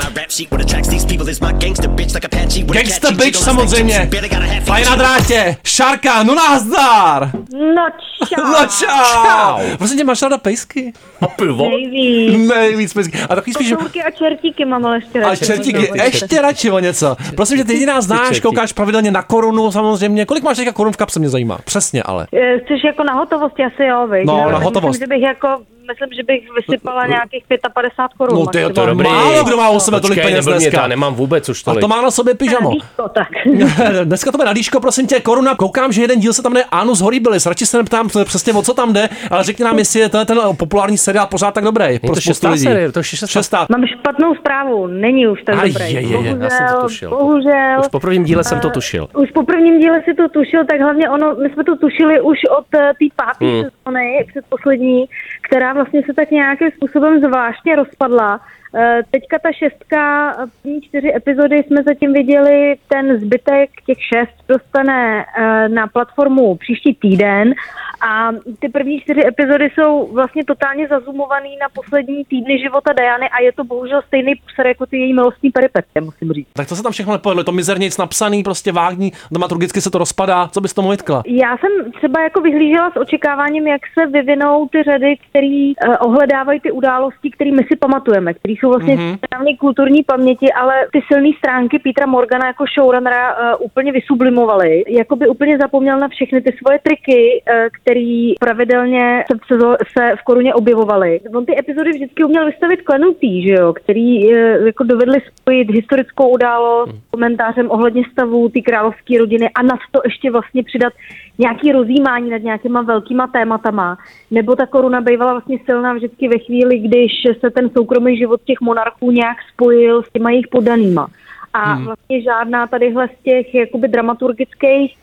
Gangsta bitch samozřejmě. Fajn na drátě. Šárka, no nazdar. No čau. No čau. Vlastně tě máš ráda pejsky? A pivo? Nejvíc. Nejvíc pejsky. A takový spíš... Kocourky a čertíky mám ale ještě radši. A čertíky, ještě radši o něco. Prosím, že ty jediná znáš, koukáš pravidelně na Korunu samozřejmě. Kolik máš teďka korun v kapse, mě zajímá. Přesně ale. Chceš jako na hotovosti asi jo, viď? No, na hotovost. Myslím, že bych jako... Myslím, že bych vysypala nějakých padesát pět korun. No ty to dobrý. Málo kdo má u sebe tolik peněz dneska. Já nemám vůbec už tolik. A to má na sobě pyžamo. Dýško, tak. Dneska to bude na dýško, prosím tě, Koruna. Koukám, že jeden díl se tam jde Anus Horribilis. Radši se neptám přesně, o co tam jde, ale řekni nám, jestli je ten, ten populární seriál pořád tak dobrý. Pro spoustu lidí. To je šestá. Mám špatnou zprávu, není už tak dobrý. Je, je, je, já jsem to tušil. Bohužel. Už po prvním díle jsem to tušil. Už po prvním díle si to tušil, tak hlavně ono, my jsme to tušili už od té páté hmm. sezóny, předposlední, která vlastně se tak nějakým způsobem zvláštně rozpadla. Teďka ta šestka, první čtyři epizody jsme zatím viděli, ten zbytek těch šest dostane na platformu příští týden a ty první čtyři epizody jsou vlastně totálně zazumovaný na poslední týdny života Diany a je to bohužel stejný půser jako ty její milostní peripety, musím říct. Tak to se tam všechno nepovedlo, to mizerně nic napsaný, prostě vágní, dramaturgicky se to rozpadá, co bys tomu vytkla? Já jsem třeba jako vyhlížela s očekáváním, jak se vyvinou ty řady, které uh, ohledávají ty události, které my si pamatujeme, které jsou vlastně mm-hmm. správně kulturní paměti, ale ty silné stránky Petera Morgana jako showrunnera uh, úplně vysublimovaly. Jakoby úplně zapomněl na všechny ty svoje triky, uh, který pravidelně se, se v Koruně objevovaly. On ty epizody vždycky uměl vystavit klenutý, že jo, který uh, jako dovedli spojit historickou událost mm. komentářem ohledně stavu té královské rodiny a nad to ještě vlastně přidat nějaký rozjímání nad nějakýma velkýma tématama. Nebo ta Koruna bývala vlastně silná vždycky ve chvíli, když se ten soukromý život těch monarchů nějak spojil s těma jejich poddanýma. A hmm. vlastně žádná tadyhle z těch jakoby dramaturgických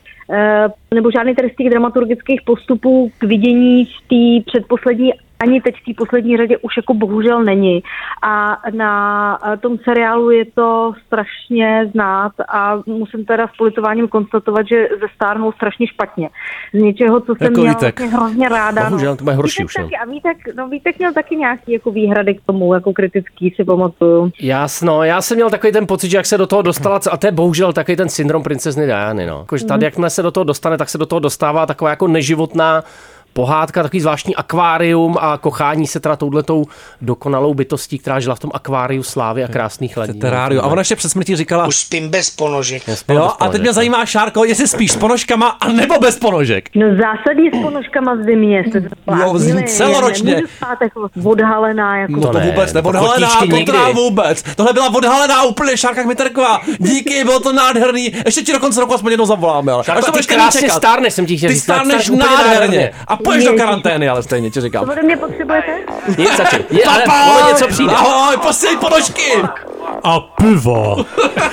nebo žádný tady z těch dramaturgických postupů k vidění v té předposlední ani teď v té poslední řadě už jako bohužel není. A na tom seriálu je to strašně znát a musím teda s politováním konstatovat, že zestárnul strašně špatně. Z něčeho, co jsem jako měla vlastně hrozně ráda. Bohužel, to bude horší už. Taky, a Vítek, no Vítek měl taky nějaký jako výhrady k tomu, jako kritický, si pamatuju. Jasno, já jsem měl takový ten pocit, že jak se do toho dostala, a to je bohužel takový ten syndrom princezny Diany, no. Jakože tady, jakmile se do toho dostane, tak se do toho dostává taková jako neživotná pohádka, takový zvláštní akvárium a kochání se teda touhletou dokonalou bytostí, která žila v tom akváriu slávy a krásných ledí. Teráriu. A ona ještě před smrtí říkala... Už spím bez ponožek. Jo, a teď mě zajímá, Šárko, jestli spíš s ponožkama a nebo bez ponožek. No zásadně s ponožkama v zimě. Jo, celoročně. Nemůžu spát jako odhalená. Jako... No to ne, vůbec ne, odhalená, to teda vůbec. Tohle byla odhalená úplně Šárka Kmiterková. Díky, bylo to nádherný. Ještě ti do konce roku aspoň jednou zavoláme. Šárko, ty krásně stárneš, jsem ti chtěl říct. Ty stárneš nádherně. A půjdeš do karantény, ale stejně ti říkám. Co ode mě potřebujete? Nic, začal. Je, ale ono něco přijde. Ahoj, posílej ponožky. A pivo.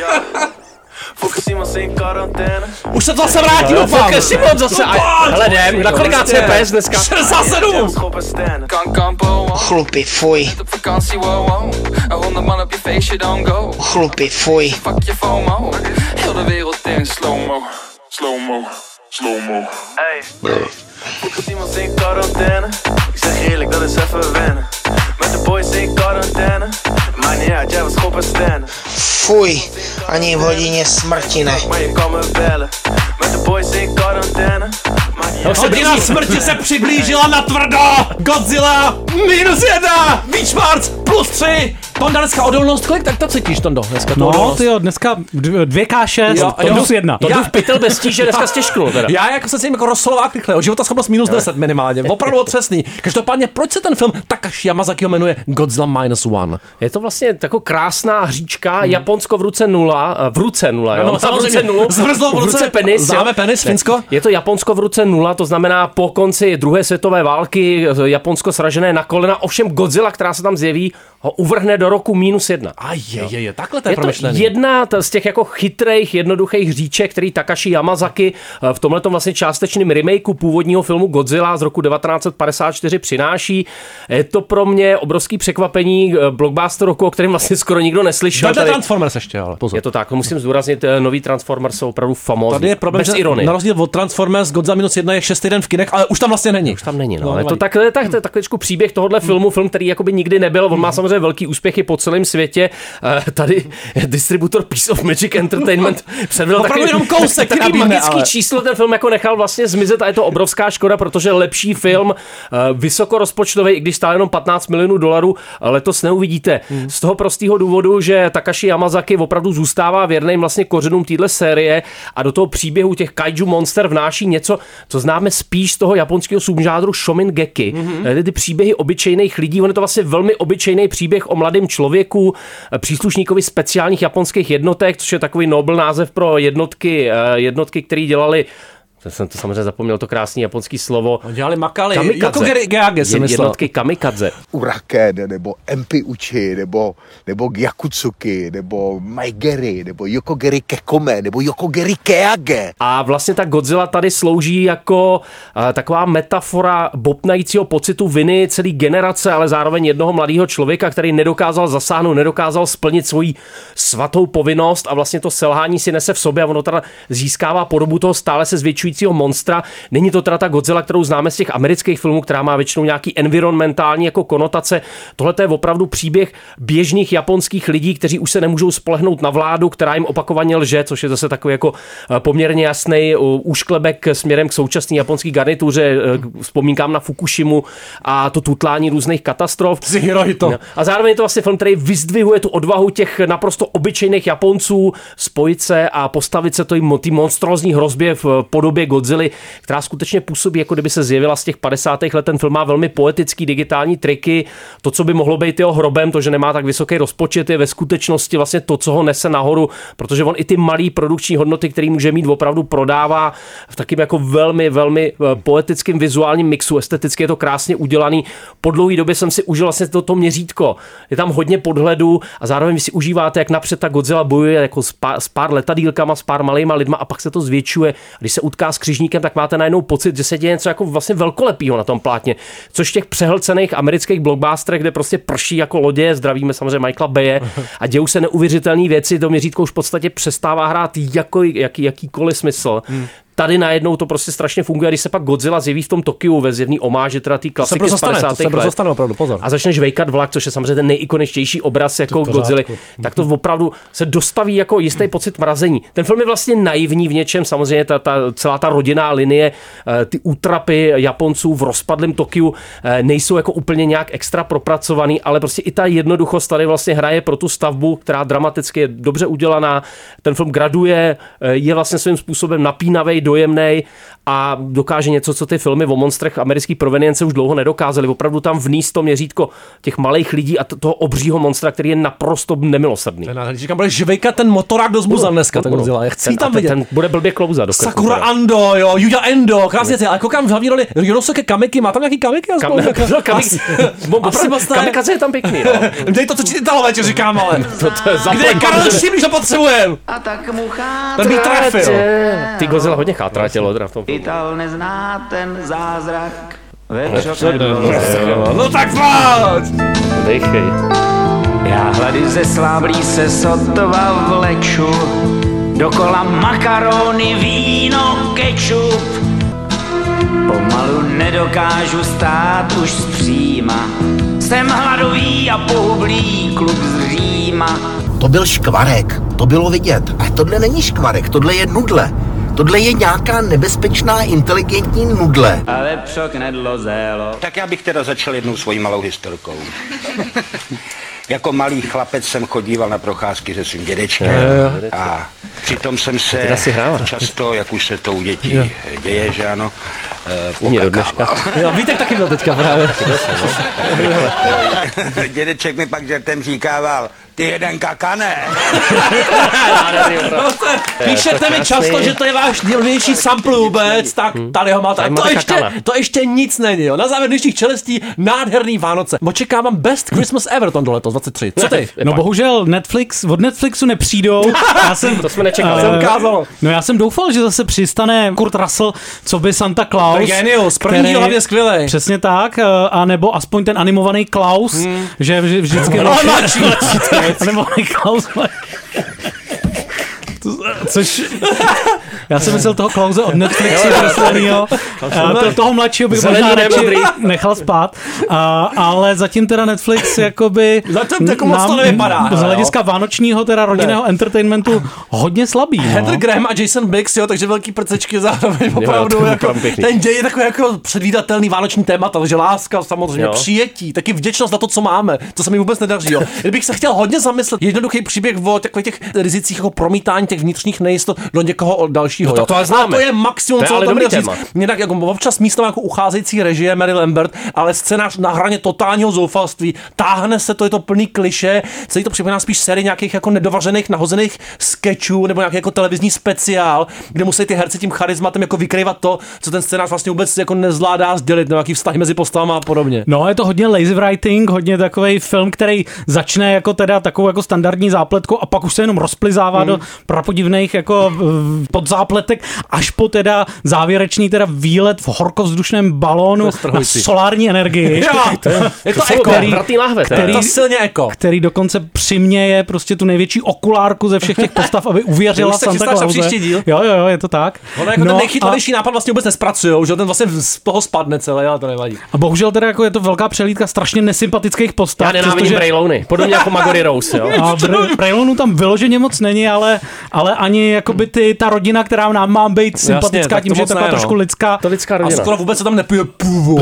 Už se to zase vrátí, doufám. Fokus Simon zase. Hele, jdem, na koliká C P S dneska? šedesát sedm. Chlupy, fuj. Chlupy, fuj. Slow-mo. Hey. Als iemand in quarantaine, ik zeg eerlijk, dat is even wennen. Met de boys in quarantaine, maakt niet uit, jij was schop en stand. Fuj, ani v hodině smrti ne. Maar je kan me bellen. Met de boys in quarantaine. Hodina smrti se přiblížila na tvrdo. Godzilla minus jedna. Beachmarts plus tři. Tonda dneska odolnost, kolik tak to cítíš, Tondo? Dneska to no, odolnost. tyjo, dneska dvě ká šest, plus jedna. To jdu v pytel bez tíže, dneska stěžklo teda. Já jako se cítím jako Rossolová rychle, o životaschopnost minus deset minimálně, opravdu otřesný. Každopádně, proč se ten film Takashi Yamazakiho jmenuje Godzilla minus one? Je to vlastně taková krásná hříčka, hmm. Japonsko v ruce nula, v ruce nula, jo? No, v ruce nula, Zmrzlo v ruce penis. Známe penis, Finsko? Je to Japonsko v ruce nula, to znamená po konci druhé světové války, Japonsko sražené na kolena, ovšem Godzilla, která se tam zjeví, ho uvrhne do roku minus jedna. A je, je, je, takhle to je, je promyšlený. To jedna z těch jako chytrých, jednoduchých hříček, který Takashi Yamazaki v tomhletom vlastně částečným remakeu původního filmu Godzilla z roku devatenáct set padesát čtyři přináší. Je to pro mě obrovský překvapení, blockbuster roku, o kterém vlastně skoro nikdo neslyšel. Tady Transformers ještě, ale pozor. Je to tak, musím zdůraznit, nový Transformers jsou opravdu famózní. Tady je problém, bez ironie. Na rozdíl od Transformers Godzilla minus jedna je šestý den v kinech, ale už tam vlastně není. Už tam není, no. no je to tak, tak, tak, tak příběh tohohle filmu, film, který jakoby nikdy nebyl, on má samozřejmě velký úspěchy po celém světě. Tady distributor Piece of Magic Entertainment předvedl takový, jenom kousek, takový magický ale... číslo, ten film jako nechal vlastně zmizet a je to obrovská škoda, protože lepší film, vysokorozpočtový, i když stál jenom patnáct milionů dolarů, letos neuvidíte. Hmm. Z toho prostého důvodu, že Takashi Yamazaki opravdu zůstává věrným vlastně kořenům téhle série a do toho příběhu těch kaiju monster vnáší něco, co známe spíš z toho japonského subžánru Shomengeki. Hmm. Ty příběhy obyčejných lidí, on je to vlastně velmi obyčejný příběh o mladém člověku, příslušníkovi speciálních japonských jednotek, což je takový nobl název pro jednotky, jednotky, které dělali. To jsem to samozřejmě zapomněl, to krásné japonský slovo. Dělali makali, kamikadze. Jako geage jsem myslel. Jednotky kamikadze. Uraken, nebo Empi Uchi, nebo, nebo Gyakutsuki, nebo Maigeri, nebo Yokogeri Kekome, nebo Yokogeri Keage. A vlastně ta Godzilla tady slouží jako uh, taková metafora bobtnajícího pocitu viny celý generace, ale zároveň jednoho mladého člověka, který nedokázal zasáhnout, nedokázal splnit svoji svatou povinnost a vlastně to selhání si nese v sobě a ono teda získává podobu toho stále se zvětšujícího monstra. Není to teda ta Godzilla, kterou známe z těch amerických filmů, která má většinou nějaký environmentální jako konotace. Tohle je opravdu příběh běžných japonských lidí, kteří už se nemůžou spolehnout na vládu, která jim opakovaně lže, což je zase takový jako poměrně jasný úšklebek směrem k současné japonské garnituře. Vzpomínkám na Fukushimu a to tutlání různých katastrof. A zároveň je to vlastně film, který vyzdvihuje tu odvahu těch naprosto obyčejných Japonců spojit se a postavit se to jim té monstrózní hrozbě v podobě Godzilly, která skutečně působí, jako kdyby se zjevila z těch padesátých let. Ten film má velmi poetický digitální triky. To, co by mohlo být jeho hrobem, to, že nemá tak vysoký rozpočet, je ve skutečnosti vlastně to, co ho nese nahoru, protože on i ty malý produkční hodnoty, který může mít, opravdu prodává v takým jako velmi, velmi poetickým vizuálním mixu. Esteticky je to krásně udělaný. Po dlouhé době jsem si užil vlastně toto měřítko. Je tam hodně podhledu a zároveň vy si užíváte, jak napřed ta Godzilla bojuje jako s pár, s pár letadýlkama, s pár malýma lidma a pak se to zvětšuje. Když se utká s křižníkem, tak máte najednou pocit, že se děje něco jako vlastně velkolepýho na tom plátně. Což v těch přehlcených amerických blockbusterech, kde prostě prší jako lodě, zdravíme samozřejmě Michaela Baye a dějou se neuvěřitelné věci, to měřítko už v podstatě přestává hrát jako, jaký, jakýkoliv smysl. Hmm. Tady najednou to prostě strašně funguje, když se pak Godzilla zjeví v tom Tokiu ve zjevný omáži, teda ty klasiky z padesátých let. Zostane, opravdu, pozor. A začneš vejkat vlak, což je samozřejmě ten nejikoničtější obraz jako Godzilla, tak to opravdu se dostaví jako jistý pocit mrazení. Ten film je vlastně naivní v něčem, samozřejmě ta, ta celá ta rodinná linie, ty útrapy Japonců v rozpadlém Tokiu nejsou jako úplně nějak extra propracovaný, ale prostě i ta jednoduchost tady vlastně hraje pro tu stavbu, která dramaticky je dobře udělaná. Ten film graduje, je vlastně svým způsobem napínavý, dojemnej a dokáže něco, co ty filmy o monstrech americký provenience už dlouho nedokázali. Opravdu tam vníst to měřítko těch malých lidí a toho obřího monstra, který je naprosto nemilosrdný. Ten, říkám, bude žvejkat ten motorák do zbuza dneska, ten Godzilla. Já chci ten, tam vidět. Ten bude blbě klouzat. Sakura Ando, jo, Yuya Endo, krásně, ale koukám v hlavní roli Ryunosuke Kamiki, má tam nějaký Kamiki? Kamikaze je tam pěkný, no. Dej to, co ti Italové tě říkám, ale. Kde je Karel Ším, když ho potřebujem? A tak mu ten by trefil. Ty Godzilla hodně chátrá tělo teda v tom. Ital nezná ten zázrak. No tak pojď! Dejchej. Já hlady ze sláblí se sotva vleču, dokola makarony, víno, kečup. Pomalu nedokážu stát už zpříma, jsem hladový a pohublý kluk z Říma. To byl škvarek, to bylo vidět. A tohle není škvarek, tohle je nudle. Tohle je nějaká nebezpečná, inteligentní nudle. Ale přok nedlo zélo. Tak já bych teda začal jednou svojí malou historkou. Jako malý chlapec jsem chodíval na procházky se svým dědečkem a přitom jsem se často, jak už se to u dětí děje, že ano, uh, dneška. Jo, Vítek taky byl teďka právě. Dědeček mi pak žertem říkával, ty jeden kakane. Píšete mi často, že to je váš největší sample vůbec, tak tady ho máte. To ještě, to ještě nic není, jo. Na závěr dnešních čelestí nádherný Vánoce. Očekávám best Christmas ever to letos dvacet tři. Co ty? No bohužel Netflix, od Netflixu nepřijdou. Já jsem, to jsme nečekali. Uh, ukázal. No já jsem doufal, že zase přistane Kurt Russell, co by Santa Claus. To je genius, první hlavně skvělej. Přesně tak, a nebo aspoň ten animovaný Klaus, hmm. že vždycky... No, mladší, mladší. Animovaný Klaus. Což... Já jsem myslel toho Klause od Netflixu, to, toho mladšího bych možná radši nechal spát, a, ale zatím teda Netflix jakoby zatím jako moc to nevypadá. Z hlediska vánočního teda rodinného ne. entertainmentu hodně slabý. Heather no. Graham a Jason Biggs, jo, takže velký prcečky zároveň opravdu, jako, ten děj je takový jako předvídatelný vánoční téma, takže láska samozřejmě, jo. Přijetí, taky vděčnost za to, co máme, to se mi vůbec nedaří, jo. Kdybych se chtěl hodně zamyslet, jednoduchý příběh o takových těch rizicích jako promítání těch vnitřních nejistot do někoho dalšího. No, to, to, známe. to je maximum, co tam jde říct. Jinak jako občas místo jako ucházející režie Mary Lambert, ale scénář na hraně totálního zoufalství. Táhne se to, je to plný klišé. Celý to připomíná spíš sérii nějakých jako nedovařených, nahozených sketchů nebo nějaký jako televizní speciál, kde musí ty herci tím charizmatem jako vykrývat to, co ten scénář vlastně vůbec jako nezvládá sdělit, nebo jaký vztahy mezi postavami a podobně. No, je to hodně lazy writing, hodně takový film, který začne jako teda takovou jako standardní zápletkou a pak už se jenom rozplizává hmm. do prapodivných jako podzápletek až po teda závěrečný teda výlet v horkovzdušném balónu na solární energii. Jo, to je, je to, to eko, který, lahve, který, to silně eko. Který dokonce přiměje prostě tu největší okulárku ze všech těch postav, aby uvěřila Santa Clause. Jo, jo, jo, je to tak. Ono jako no, ten nejchytlavější a... nápad vlastně vůbec nespracujou, že ten vlastně z toho spadne celé, ale to nevadí. A bohužel teda jako je to velká přelídka strašně nesympatických postav. Já nenávidím Braylony, podobně jako Magory Rose, jo. A Braylonu tam vyloženě moc není, ale, ale ani jakoby ty, ta rodina, která nám má být sympatická. Jasně, tím, že je taková trošku lidská. To lidská rodina. A skoro vůbec se tam nepije pivo.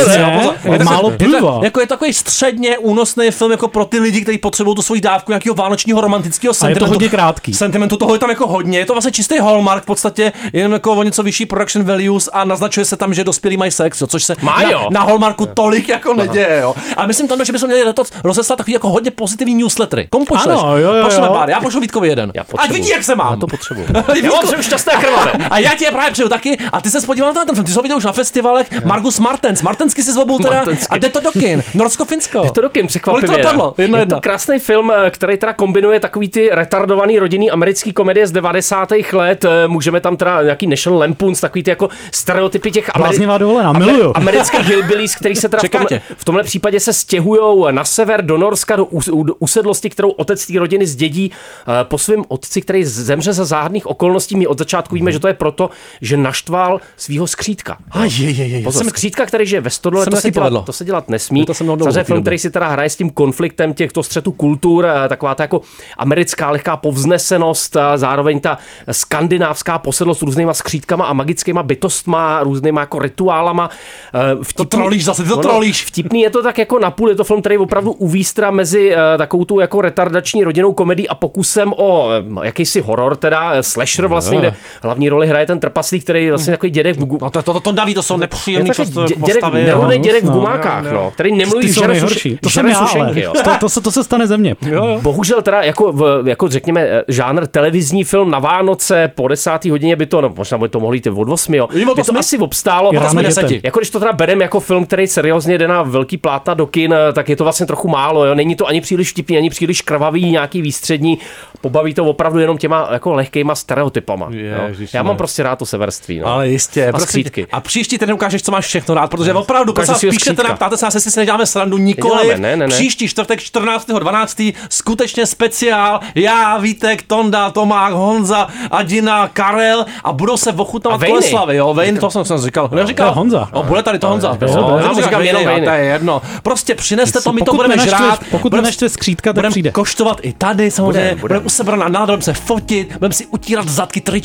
Málo piva. Jako je takový středně únosný film jako pro ty lidi, kteří potřebují tu svoji dávku nějakého vánočního romantického sentimentu. A je to hodně krátký. Sentimentu toho je tam jako hodně. Je to vlastně čistý Hallmark v podstatě, jenom jako o něco vyšší production values a naznačuje se tam, že dospělí mají sex, jo, což se Má, na, na Hallmarku tolik jako Aha. neděje, jo. A myslím tam, že bychom měli letos rozeslat takový jako hodně pozitivní newslettery. Komu pošleš? Ano, jo, jo, pošleme pár. Já pošlu Vítkovi jeden. Ať vidí, jak se mám. Já to potřebuju. Já mám šťastné krvavé. A já ti je právě přeju taky. A ty se podíval na ten film. Ty jsi ho viděl už na festivalech. Yeah. Margus Martens. Martensky si zvobul teda. A jde to do kin. Norsko-Finsko. Jde to do kin, překvapivě. To padlo, jedna, je jedna. to krásný film, který teda kombinuje takový ty retardovaný rodinný americký komedie z devadesátých let. Můžeme tam teda nějaký National Lampoons, takový ty jako stereotypy těch Bláznivá dovolená, miluju. Amerických hillbillies, který se teda v tomhle, v tomhle případě se stěhujou na sever do Norska, do usedlosti, kterou otec té rodiny zdědí po svém otci, který zemře za záhadných okolností. My od začátku víme, že to je proto, že naštval svýho skřídka. A je, je, je. Pozor, skřídka, který žije ve stodole, to se, dělat, to se dělat nesmí. Samozřejmě film, který si teda hraje s tím konfliktem těchto střetů kultur, taková ta jako americká lehká povznesenost, zároveň ta skandinávská posedlost různýma skřídkama a magickýma bytostma, různýma jako rituálama. Vtipný, to trolíš zase, ty to trolíš. Vtipný je to tak jako napůl, je to film, který opravdu uvístrá mezi takovou tu jako retardační rodinnou komedii a pokusem o jakýsi horor, teda slasher vlastně, kde hlavní roli hraje ten trpaslík, který vlastně takový dědek v gu... No to, to, to, to Daví, to jsou nepříjemný postavy. Nerodný dědek v gumákách, no, no, který nemluví žere sušenky. To, to, to se stane ze mě. Bohužel teda jako, jako řekněme žánr televizní film na Vánoce po desáté hodině by to, no možná by to mohli jít od osmi, jo, by to asi obstálo. Jako když to teda berem jako film, který seriózně jde na velký plátna do kin, tak je to vlastně trochu málo, jo. Není to ani příliš vtipný, ani příliš krvavý, nějaký výstřední. Pobaví to opravdu jenom těma jako lehkejma stereotypama. Ježiš, Já mám ne. prostě rád to severství. No. Ale jistě. A skřídky. A příští týden ukážeš, co máš všechno rád, protože opravdu, když se píšete nám, ptáte se nás, jestli si neděláme srandu nikoli. Ne, ne, ne. Příští čtvrtek čtrnáctého dvanáctého skutečně speciál. Já, Vítek, Tonda, Tomák, Honza, Adina, Karel a budou se ochutnávat Koleslavy, jo. Vejny, to jsem jsem říkal. Neříkal Honza. No, bude tady to Honza. Já mu říkám jenom Vejny. To je jedno. Prostě přineste to, my to budeme žrát. Pokud nenaštve skřídka, tak přijde. Koštovat i tady samozřejmě. Budeme usebraná nádor, budeme se fotit, budeme si utírat zadky tričky.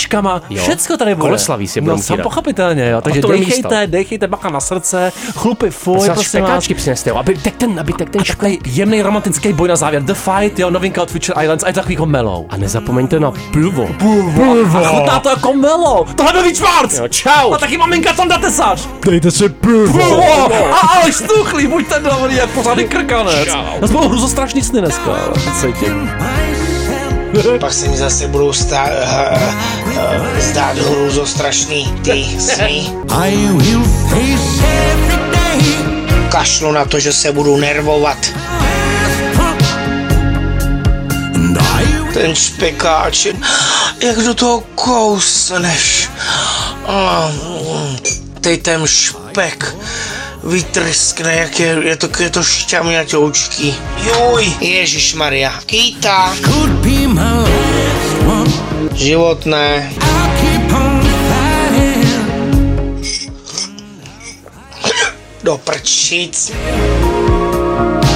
svíčkama, Jo. všecko tady bude. Koleslaví si budou No, sam tírat. pochopitelně, jo. Takže to dejchejte, nemísto. dejchejte baka na srdce, chlupy, fuj, Prosím vás, prosím vás. špekáčky přineste, jo, aby tek ten, aby tek ten špek. Takový jemný romantický boj na závěr. The Fight, jo, novinka od Future Islands, a je takový jako mellow. A nezapomeňte na pulvo. Pulvo. A chutná to jako mellow. Tohle byl Víč Schwarz. Jo, čau. A taky maminka Tonda Tesař. Dejte si pulvo. Pulvo. A Aleš Stuchlý, buďte dobrý, jak pořádný krkanec. Já jsem byl hruzostrašný sny dneska, ale cítím. Pak se mi zase budou stát, uh, uh, zdát hruzostrašný ty sny. Kašlu na to, že se budu nervovat. Ten špekáč, jak do toho kousneš. Teď ten špek vytryskne, jak je, je to, je to šťamňatoučký. Juj, ježišmarja, kýta. Životné. Do prčic.